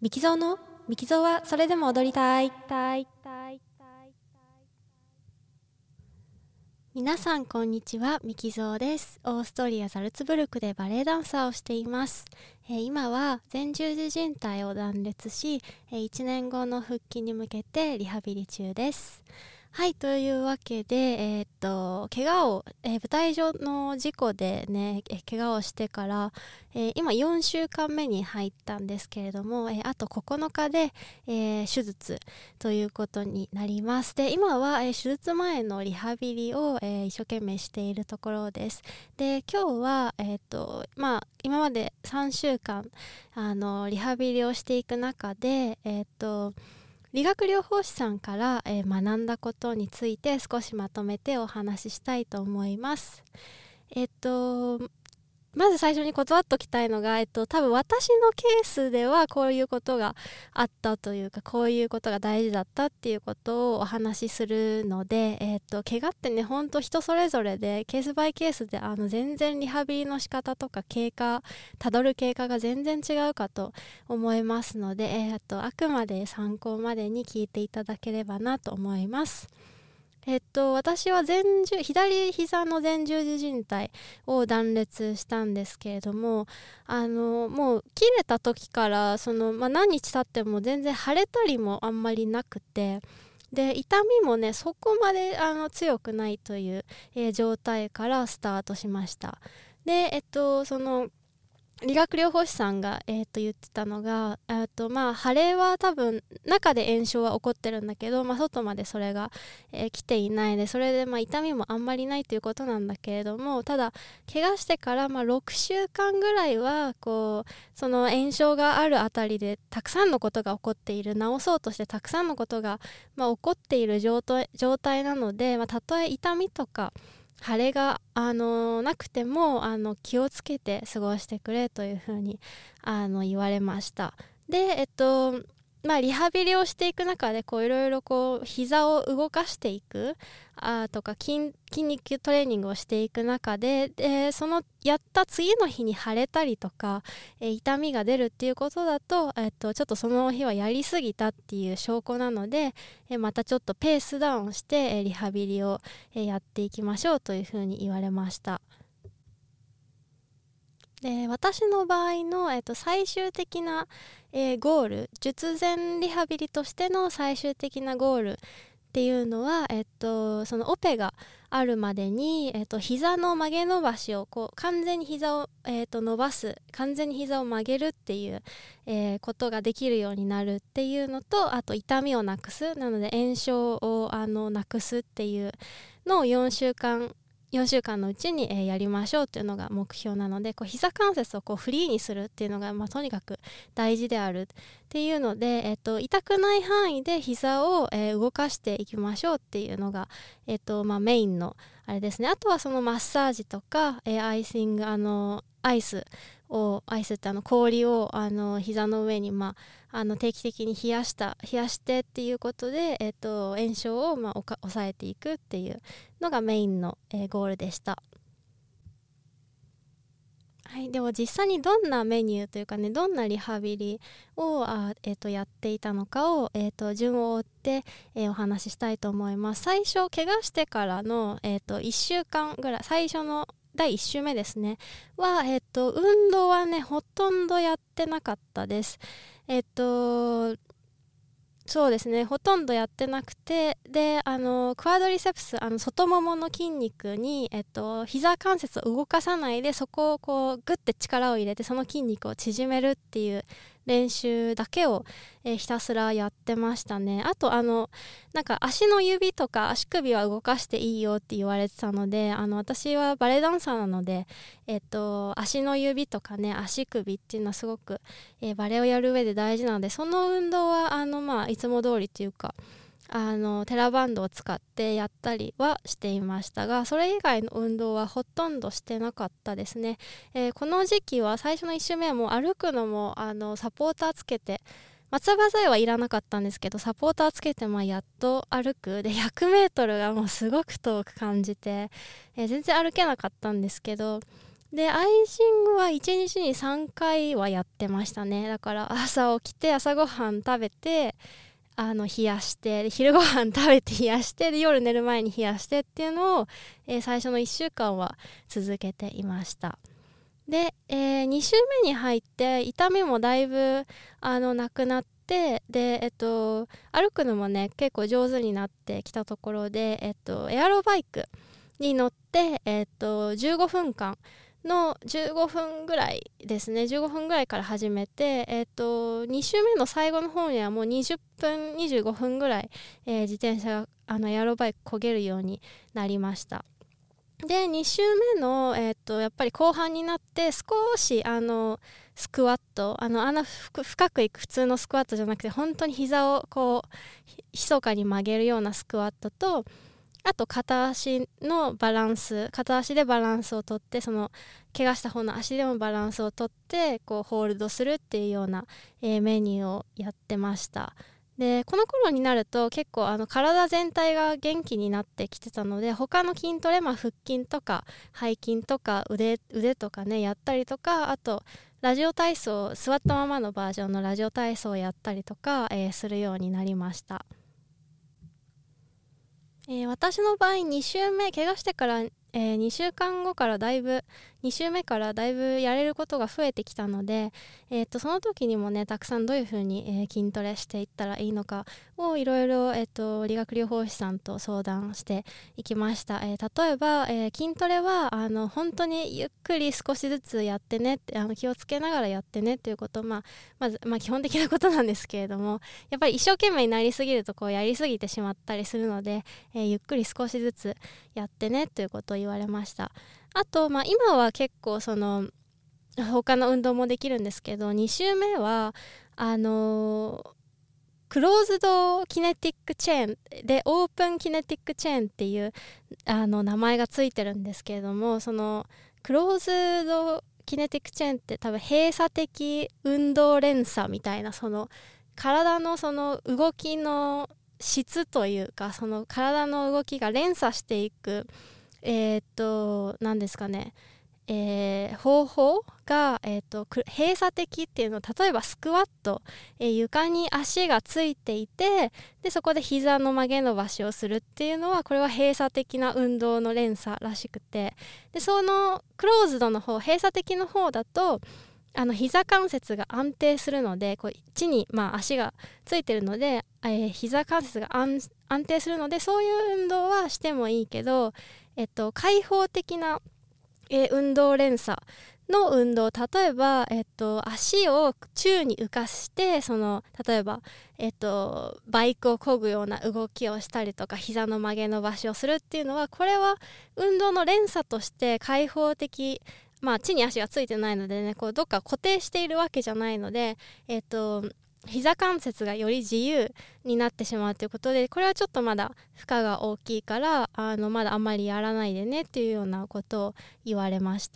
ミキゾーのミキゾーはそれでも踊りたい。皆さんこんにちは、ミキゾーです。オーストリアザルツブルクでバレエダンサーをしています。今は前十字靭帯を断裂し、1年後の復帰に向けてリハビリ中です。はい、というわけで、怪我を、舞台上の事故でね、怪我をしてから、今4週間目に入ったんですけれども、あと9日で、手術ということになります。で、今は、手術前のリハビリを、一生懸命しているところです。で、今日は、今まで3週間リハビリをしていく中で、理学療法士さんから、学んだことについて少しまとめてお話ししたいと思います。まず最初に断っときたいのが、多分私のケースではこういうことがあったというか、こういうことが大事だったっていうことをお話しするので、怪我ってね、ほんと人それぞれで、ケースバイケースで全然リハビリの仕方とかたどる経過が全然違うかと思いますので、あくまで参考までに聞いていただければなと思います。私は左膝の前十字靭帯を断裂したんですけれども、もう切れた時から何日経っても全然腫れたりもあんまりなくて、で痛みもねそこまで強くないという、状態からスタートしました。で理学療法士さんが、言ってたのが、腫れは多分中で炎症は起こってるんだけど、外までそれが、来ていないで、それで痛みもあんまりないということなんだけれども、ただ怪我してから6週間ぐらいはその炎症があるあたりでたくさんのことが起こっている、治そうとしてたくさんのことが、起こっている状態なので、たとえ痛みとか腫れがなくても気をつけて過ごしてくれというふうに言われました。で、リハビリをしていく中でいろいろ膝を動かしていくとか筋肉トレーニングをしていく中で、そのやった次の日に腫れたりとか、痛みが出るっていうことだと、ちょっとその日はやりすぎたっていう証拠なので、またちょっとペースダウンして、リハビリを、やっていきましょうというふうに言われました。で、私の場合の、最終的な、ゴール、術前リハビリとしての最終的なゴールっていうのは、そのオペがあるまでに、膝の曲げ伸ばしを完全に膝を、伸ばす、完全に膝を曲げるっていう、ことができるようになるっていうのと、あと痛みをなくす、なので炎症をなくすっていうのを4週間のうちに、やりましょうっていうのが目標なので、膝関節をフリーにするっていうのが、とにかく大事であるっていうので、痛くない範囲で膝を、動かしていきましょうっていうのが、メインのあれですね。あとはそのマッサージとか、アイシングアイスって氷を膝の上に、定期的に冷やしてっていうことで、炎症を抑えていくっていうのがメインの、ゴールでした。はい、では実際にどんなメニューというかね、どんなリハビリをやっていたのかを、順を追って、お話ししたいと思います。最初怪我してからの、1週間ぐらい、最初の第1週目ですねは、運動はねほとんどやってなかったです。そうですね、ほとんどやってなくて、でクワドリセプス、外ももの筋肉に、膝関節を動かさないで、そこをグッて力を入れてその筋肉を縮めるっていう練習だけを、ひたすらやってましたね。あとなんか足の指とか足首は動かしていいよって言われてたので、私はバレエダンサーなので、足の指とかね足首っていうのはすごく、バレエをやる上で大事なので、その運動はいつも通りっていうかテラバンドを使ってやったりはしていましたが、それ以外の運動はほとんどしてなかったですね。この時期は最初の1週目はもう歩くのもサポーターつけて、松葉杖はいらなかったんですけど、サポーターつけてやっと歩くで100メートルがもうすごく遠く感じて、全然歩けなかったんですけど、 でアイシングは1日に3回はやってましたね。だから朝起きて朝ごはん食べて冷やして、昼ごはん食べて冷やして、で夜寝る前に冷やしてっていうのを、最初の1週間は続けていました。で、2週目に入って痛みもだいぶなくなって、で、歩くのもね結構上手になってきたところで、エアロバイクに乗って、15分間の15分ぐらいですね、15分ぐらいから始めて、2週目の最後の方にはもう20分25分ぐらい、自転車エアロバイク漕げるようになりました。で2週目の、やっぱり後半になって少しスクワット深くいく普通のスクワットじゃなくて、本当に膝をこう密かに曲げるようなスクワットと、あと片足でバランスをとって、その怪我した方の足でもバランスをとってこうホールドするっていうような、メニューをやってました。でこの頃になると結構体全体が元気になってきてたので、他の筋トレ、腹筋とか背筋とか腕とかねやったりとか、あとラジオ体操、座ったままのバージョンのラジオ体操をやったりとか、するようになりました。私の場合2週目怪我してから、2週間後から2週目からだいぶやれることが増えてきたので、その時にもねたくさんどういう風に、筋トレしていったらいいのかをいろいろ理学療法士さんと相談していきました。例えば、筋トレは本当にゆっくり少しずつやってねって、気をつけながらやってねっていうことを、まず基本的なことなんですけれども、やっぱり一生懸命になりすぎるとこうやりすぎてしまったりするので、ゆっくり少しずつやってねということを言われました。あと、今は結構他の運動もできるんですけど、2週目はクローズドキネティックチェーンでオープンキネティックチェーンっていう名前がついてるんですけれども、そのクローズドキネティックチェーンって多分閉鎖的運動連鎖みたいな、その体のその動きの質というか、その体の動きが連鎖していく何ですかね、方法が、閉鎖的っていうのを、例えばスクワット、床に足がついていて、でそこで膝の曲げ伸ばしをするっていうのは、これは閉鎖的な運動の連鎖らしくて、でそのクローズドの方、閉鎖的の方だと膝関節が安定するので、こう地に、足がついてるので、膝関節が安定するので、そういう運動はしてもいいけど、開放的な、運動連鎖の運動、例えば、足を宙に浮かして例えば、バイクを漕ぐような動きをしたりとか、膝の曲げ伸ばしをするっていうのは、これは運動の連鎖として開放的、地に足がついてないのでね、こうどっか固定しているわけじゃないので、膝関節がより自由になってしまうということで、これはちょっとまだ負荷が大きいからまだあんまりやらないでねっていうようなことを言われました。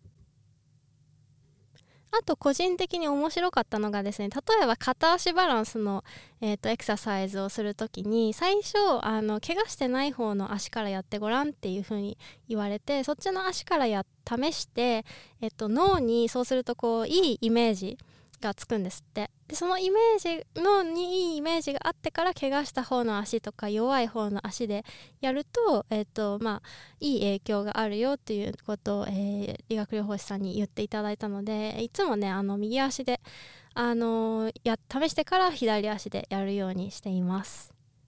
あと個人的に面白かったのがですね、例えば片足バランスの、エクササイズをするときに、最初怪我してない方の足からやってごらんっていう風に言われて、そっちの足から試して、脳にそうするとこういいイメージがつくんですって。でそのイメージにいいイメージがあってから、怪我した方の足とか弱い方の足でやると、いい影響があるよっていうことを、理学療法士さんに言っていただいたので、いつもね右足で試してから左足でやるようにしています。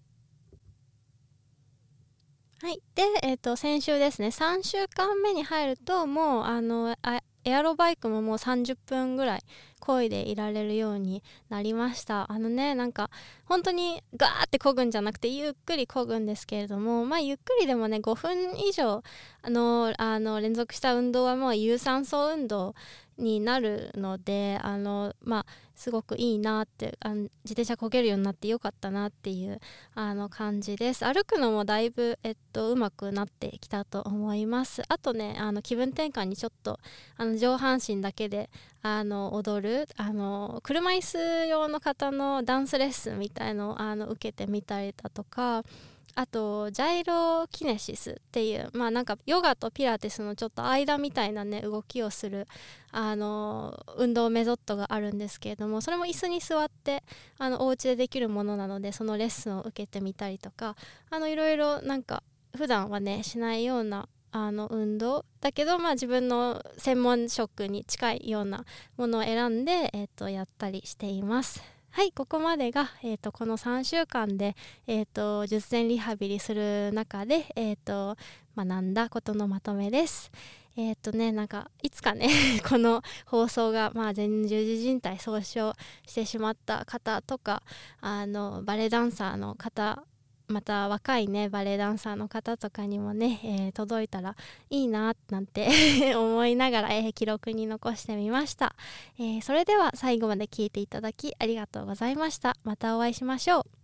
はい。で、先週ですね、3週間目に入ると、もうエアロバイクももう30分ぐらい漕いでいられるようになりました。なんか本当にガーって漕ぐんじゃなくて、ゆっくり漕ぐんですけれども、ゆっくりでもね5分以上連続した運動はもう有酸素運動になるので、すごくいいなって、自転車漕げるようになってよかったなっていう感じです。歩くのもだいぶ、うまくなってきたと思います。あとね気分転換にちょっと上半身だけで踊る車椅子用の方のダンスレッスンみたいのを受けてみたりだとか、 あとジャイロキネシスっていうなんかヨガとピラティスのちょっと間みたいなね動きをする運動メソッドがあるんですけれども、それも椅子に座ってお家でできるものなので、そのレッスンを受けてみたりとか、いろいろなんか普段はねしないような運動だけど、自分の専門職に近いようなものを選んで、やったりしています。はい、ここまでが、この3週間で、術前リハビリする中で、学んだことのまとめです。なんかいつかねこの放送が、前十字靭帯損傷してしまった方とか、バレエダンサーの方、また若いねバレエダンサーの方とかにもね、届いたらいいななんて思いながら、記録に残してみました。それでは最後まで聞いていただきありがとうございました。またお会いしましょう。